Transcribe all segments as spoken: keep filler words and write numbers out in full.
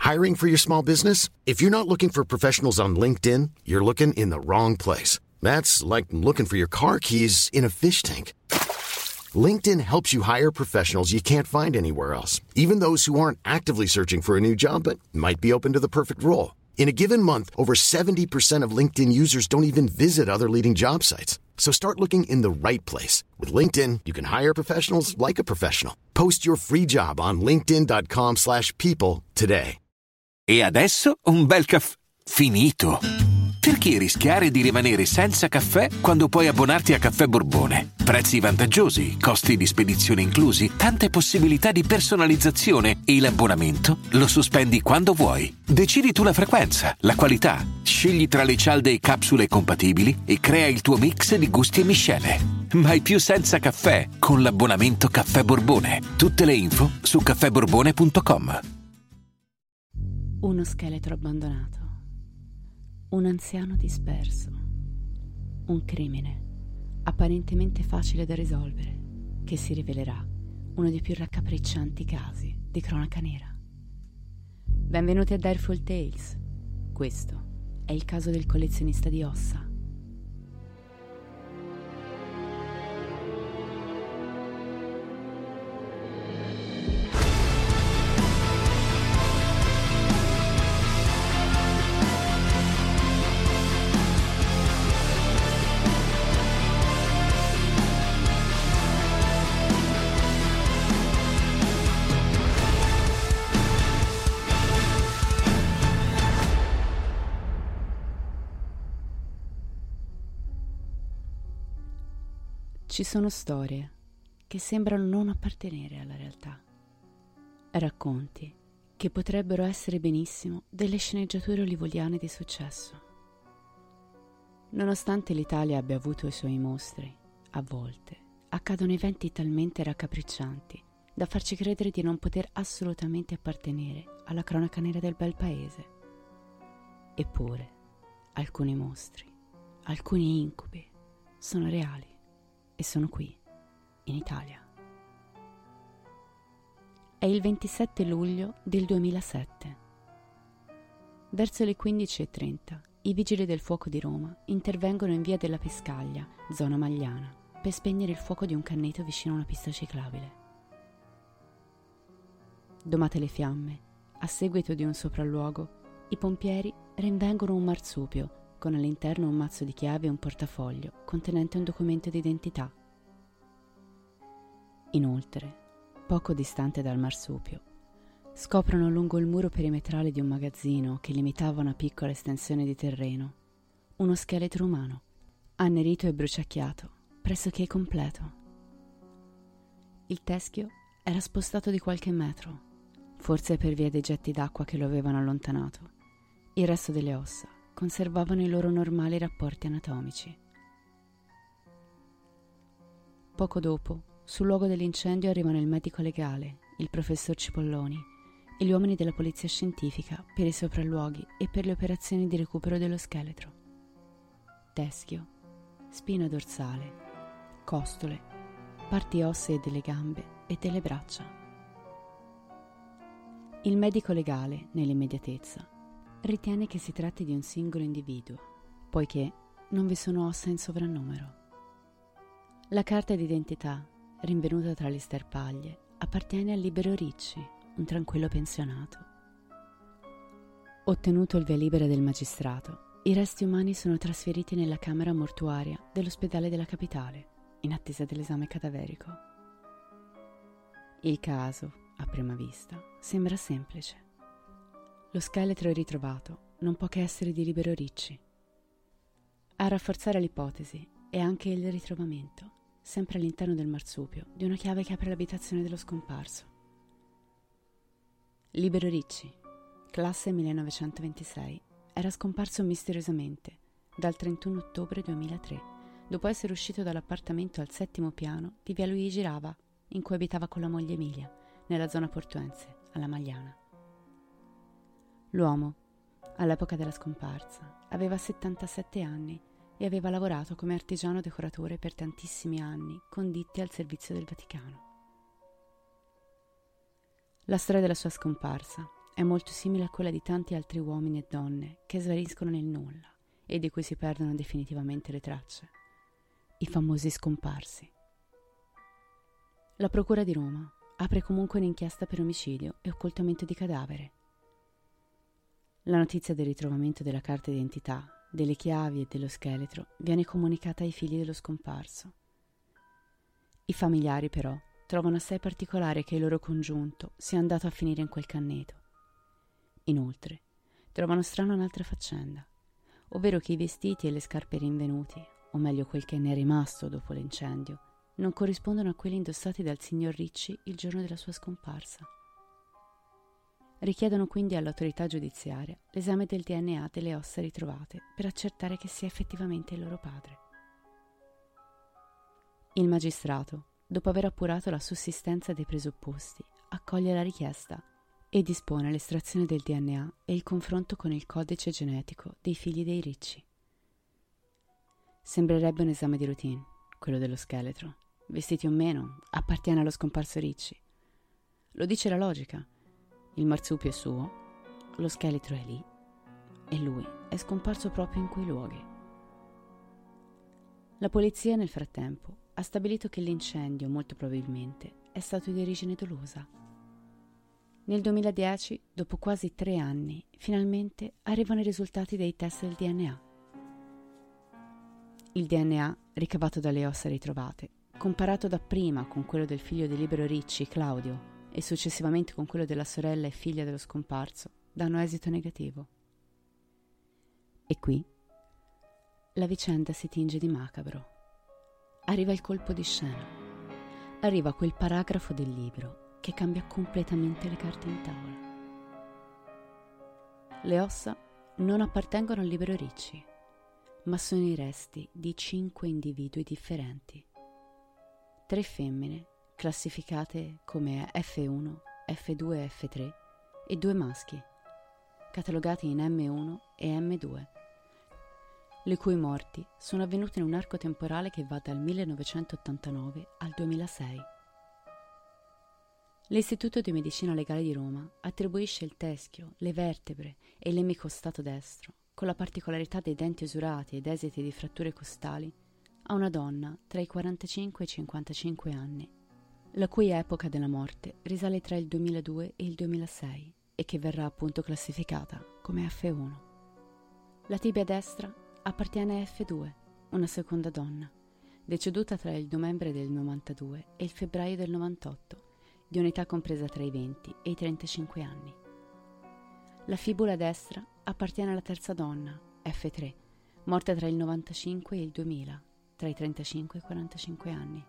Hiring for your small business? If you're not looking for professionals on LinkedIn, you're looking in the wrong place. That's like looking for your car keys in a fish tank. LinkedIn helps you hire professionals you can't find anywhere else, even those who aren't actively searching for a new job but might be open to the perfect role. In a given month, over seventy percent of LinkedIn users don't even visit other leading job sites. So start looking in the right place. With LinkedIn, you can hire professionals like a professional. Post your free job on linkedin.com slash people today. E adesso un bel caffè finito. Perché rischiare di rimanere senza caffè quando puoi abbonarti a Caffè Borbone? Prezzi vantaggiosi, costi di spedizione inclusi, tante possibilità di personalizzazione e l'abbonamento lo sospendi quando vuoi. Decidi tu la frequenza, la qualità, scegli tra le cialde e capsule compatibili e crea il tuo mix di gusti e miscele. Mai più senza caffè con l'abbonamento Caffè Borbone. Tutte le info su caffè borbone punto com. Uno scheletro abbandonato. Un anziano disperso. Un crimine apparentemente facile da risolvere, che si rivelerà uno dei più raccapriccianti casi di cronaca nera. Benvenuti a Direful Tales. Questo è il caso del collezionista di ossa. Ci sono storie che sembrano non appartenere alla realtà. Racconti che potrebbero essere benissimo delle sceneggiature hollywoodiane di successo. Nonostante l'Italia abbia avuto i suoi mostri, a volte accadono eventi talmente raccapriccianti da farci credere di non poter assolutamente appartenere alla cronaca nera del bel paese. Eppure, alcuni mostri, alcuni incubi sono reali. E sono qui, in Italia. È il ventisette luglio del duemilasette. Verso le quindici e trenta, i vigili del fuoco di Roma intervengono in via della Pescaglia, zona Magliana, per spegnere il fuoco di un canneto vicino a una pista ciclabile. Domate le fiamme, a seguito di un sopralluogo, i pompieri rinvengono un marsupio con all'interno un mazzo di chiavi e un portafoglio contenente un documento d'identità. Inoltre, poco distante dal marsupio, scoprono lungo il muro perimetrale di un magazzino che limitava una piccola estensione di terreno uno scheletro umano, annerito e bruciacchiato, pressoché completo. Il teschio era spostato di qualche metro, forse per via dei getti d'acqua che lo avevano allontanato. Il resto delle ossa conservavano i loro normali rapporti anatomici. Poco dopo, sul luogo dell'incendio arrivano il medico legale, il professor Cipolloni e gli uomini della polizia scientifica per i sopralluoghi e per le operazioni di recupero dello scheletro. Teschio, spina dorsale, costole, parti ossee delle gambe e delle braccia. Il medico legale, nell'immediatezza, ritiene che si tratti di un singolo individuo, poiché non vi sono ossa in sovrannumero. La carta d'identità, rinvenuta tra le sterpaglie, appartiene a Libero Ricci, un tranquillo pensionato. Ottenuto il via libera del magistrato, i resti umani sono trasferiti nella camera mortuaria dell'ospedale della capitale, in attesa dell'esame cadaverico. Il caso, a prima vista, sembra semplice. Lo scheletro ritrovato non può che essere di Libero Ricci. A rafforzare l'ipotesi è anche il ritrovamento, sempre all'interno del marsupio, di una chiave che apre l'abitazione dello scomparso. Libero Ricci, classe millenovecentoventisei, era scomparso misteriosamente dal trentuno ottobre duemilatré, dopo essere uscito dall'appartamento al settimo piano di via Luigi Rava, in cui abitava con la moglie Emilia, nella zona portuense, alla Magliana. L'uomo, all'epoca della scomparsa, aveva settantasette anni e aveva lavorato come artigiano decoratore per tantissimi anni con ditte al servizio del Vaticano. La storia della sua scomparsa è molto simile a quella di tanti altri uomini e donne che svaniscono nel nulla e di cui si perdono definitivamente le tracce. I famosi scomparsi. La Procura di Roma apre comunque un'inchiesta per omicidio e occultamento di cadavere. La notizia del ritrovamento della carta d'identità, delle chiavi e dello scheletro viene comunicata ai figli dello scomparso. I familiari, però, trovano assai particolare che il loro congiunto sia andato a finire in quel canneto. Inoltre, trovano strana un'altra faccenda, ovvero che i vestiti e le scarpe rinvenuti, o meglio quel che ne è rimasto dopo l'incendio, non corrispondono a quelli indossati dal signor Ricci il giorno della sua scomparsa. Richiedono quindi all'autorità giudiziaria l'esame del D N A delle ossa ritrovate per accertare che sia effettivamente il loro padre. Il magistrato, dopo aver appurato la sussistenza dei presupposti, accoglie la richiesta e dispone l'estrazione del D N A e il confronto con il codice genetico dei figli dei Ricci. Sembrerebbe un esame di routine, quello dello scheletro. Vestiti o meno, appartiene allo scomparso Ricci. Lo dice la logica. Il marsupio è suo, lo scheletro è lì e lui è scomparso proprio in quei luoghi. La polizia nel frattempo ha stabilito che l'incendio, molto probabilmente, è stato di origine dolosa. Nel duemiladieci, dopo quasi tre anni, finalmente arrivano i risultati dei test del D N A. Il D N A, ricavato dalle ossa ritrovate, comparato dapprima con quello del figlio di Libero Ricci, Claudio, e successivamente con quello della sorella e figlia dello scomparso, danno esito negativo. E qui la vicenda si tinge di macabro. Arriva il colpo di scena. Arriva quel paragrafo del libro che cambia completamente le carte in tavola. Le ossa non appartengono a Libero Ricci, ma sono i resti di cinque individui differenti. Tre femmine, classificate come F uno, F due e F tre, e due maschi, catalogati in M uno e M due, le cui morti sono avvenute in un arco temporale che va dal millenovecentottantanove al duemilasei. L'Istituto di Medicina Legale di Roma attribuisce il teschio, le vertebre e l'emicostato destro, con la particolarità dei denti usurati ed esiti di fratture costali, a una donna tra i quarantacinque e i cinquantacinque anni, la cui epoca della morte risale tra il duemiladue e il duemilasei e che verrà appunto classificata come F uno. La tibia destra appartiene a F due, una seconda donna, deceduta tra il novembre del novantadue e il febbraio del novantotto, di un'età compresa tra i venti e i trentacinque anni. La fibula destra appartiene alla terza donna, F tre, morta tra il novantacinque e il duemila, tra i trentacinque e i quarantacinque anni.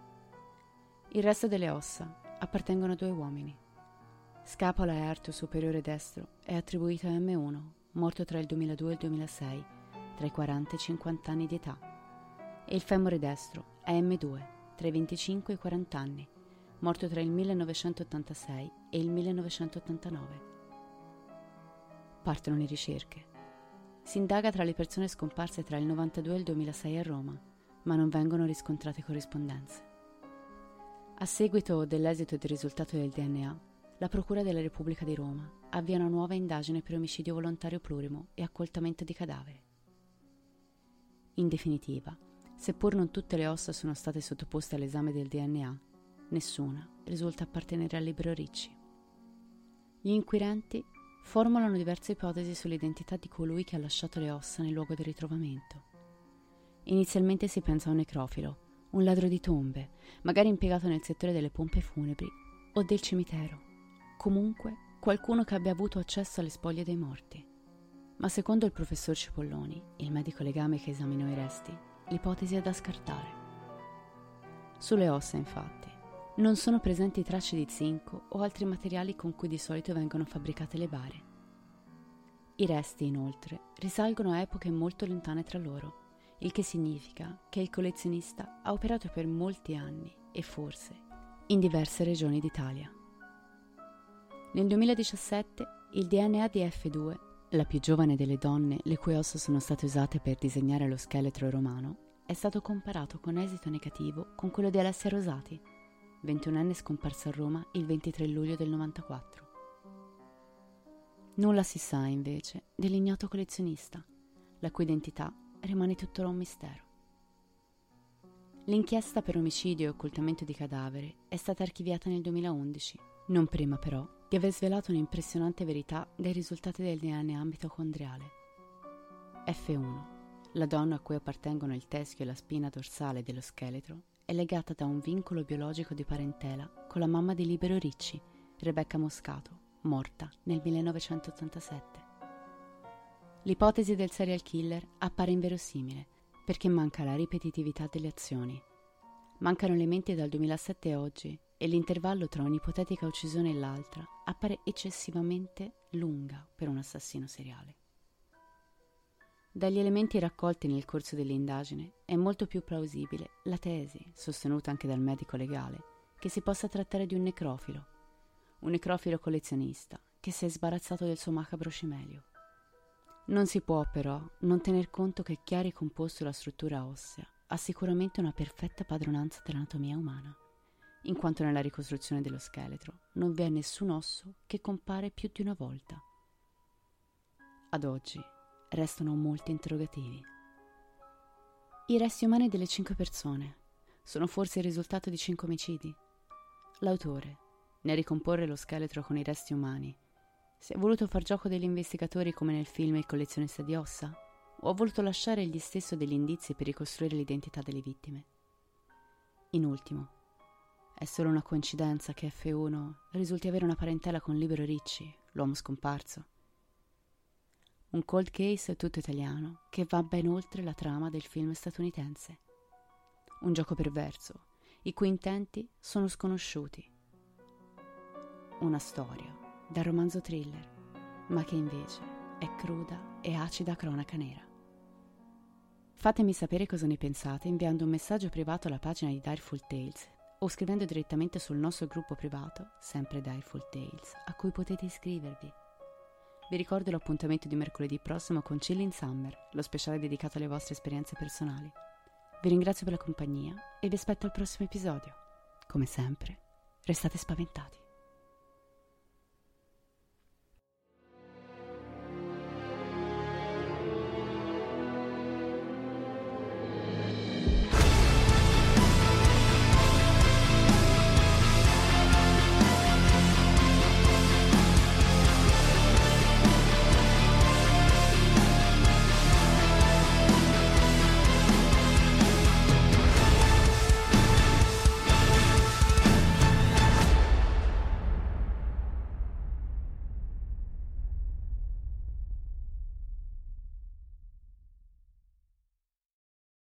Il resto delle ossa appartengono a due uomini. Scapola e arto superiore destro è attribuito a M uno, morto tra il duemiladue e il duemilasei, tra i quaranta e i cinquanta anni di età, e il femore destro è M due, tra i venticinque e i quaranta anni, morto tra il millenovecentottantasei e il millenovecentottantanove. Partono le ricerche. Si indaga tra le persone scomparse tra il novantadue e il duemilasei a Roma, ma non vengono riscontrate corrispondenze. A seguito dell'esito e del risultato del D N A, la Procura della Repubblica di Roma avvia una nuova indagine per omicidio volontario plurimo e occultamento di cadavere. In definitiva, seppur non tutte le ossa sono state sottoposte all'esame del D N A, nessuna risulta appartenere a Libero Ricci. Gli inquirenti formulano diverse ipotesi sull'identità di colui che ha lasciato le ossa nel luogo del ritrovamento. Inizialmente si pensa a un necrofilo, un ladro di tombe, magari impiegato nel settore delle pompe funebri o del cimitero, comunque qualcuno che abbia avuto accesso alle spoglie dei morti. Ma secondo il professor Cipolloni, il medico legame che esaminò i resti, l'ipotesi è da scartare. Sulle ossa, infatti, non sono presenti tracce di zinco o altri materiali con cui di solito vengono fabbricate le bare. I resti, inoltre, risalgono a epoche molto lontane tra loro, il che significa che il collezionista ha operato per molti anni e forse in diverse regioni d'Italia. Nel duemiladiciassette il D N A di F due, la più giovane delle donne le cui ossa sono state usate per disegnare lo scheletro romano, è stato comparato con esito negativo con quello di Alessia Rosati, ventunenne scomparsa a Roma il ventitré luglio del novantaquattro. Nulla si sa, invece, dell'ignoto collezionista, la cui identità rimane tuttora un mistero. L'inchiesta per omicidio e occultamento di cadavere è stata archiviata nel duemilaundici, non prima però di aver svelato un'impressionante verità dei risultati del D N A mitocondriale. F uno, la donna a cui appartengono il teschio e la spina dorsale dello scheletro, è legata da un vincolo biologico di parentela con la mamma di Libero Ricci, Rebecca Moscato, morta nel millenovecentottantasette. L'ipotesi del serial killer appare inverosimile perché manca la ripetitività delle azioni. Mancano elementi dal duemilasette a oggi e l'intervallo tra un'ipotetica uccisione e l'altra appare eccessivamente lunga per un assassino seriale. Dagli elementi raccolti nel corso dell'indagine è molto più plausibile la tesi, sostenuta anche dal medico legale, che si possa trattare di un necrofilo, un necrofilo collezionista che si è sbarazzato del suo macabro cimelio. Non si può però non tener conto che chi ha ricomposto la struttura ossea ha sicuramente una perfetta padronanza dell'anatomia umana, in quanto nella ricostruzione dello scheletro non vi è nessun osso che compare più di una volta. Ad oggi restano molti interrogativi. I resti umani delle cinque persone sono forse il risultato di cinque omicidi? L'autore, nel ricomporre lo scheletro con i resti umani, si è voluto far gioco degli investigatori come nel film Il collezionista di ossa? O ha voluto lasciare egli stesso degli indizi per ricostruire l'identità delle vittime? In ultimo, è solo una coincidenza che F uno risulti avere una parentela con Libero Ricci, l'uomo scomparso. Un cold case tutto italiano che va ben oltre la trama del film statunitense. Un gioco perverso, i cui intenti sono sconosciuti. Una storia da romanzo thriller, ma che invece è cruda e acida cronaca nera. Fatemi sapere cosa ne pensate inviando un messaggio privato alla pagina di Direful Tales o scrivendo direttamente sul nostro gruppo privato, sempre Direful Tales, a cui potete iscrivervi. Vi ricordo l'appuntamento di mercoledì prossimo con Chill in Summer, lo speciale dedicato alle vostre esperienze personali. Vi ringrazio per la compagnia e vi aspetto al prossimo episodio. Come sempre, restate spaventati.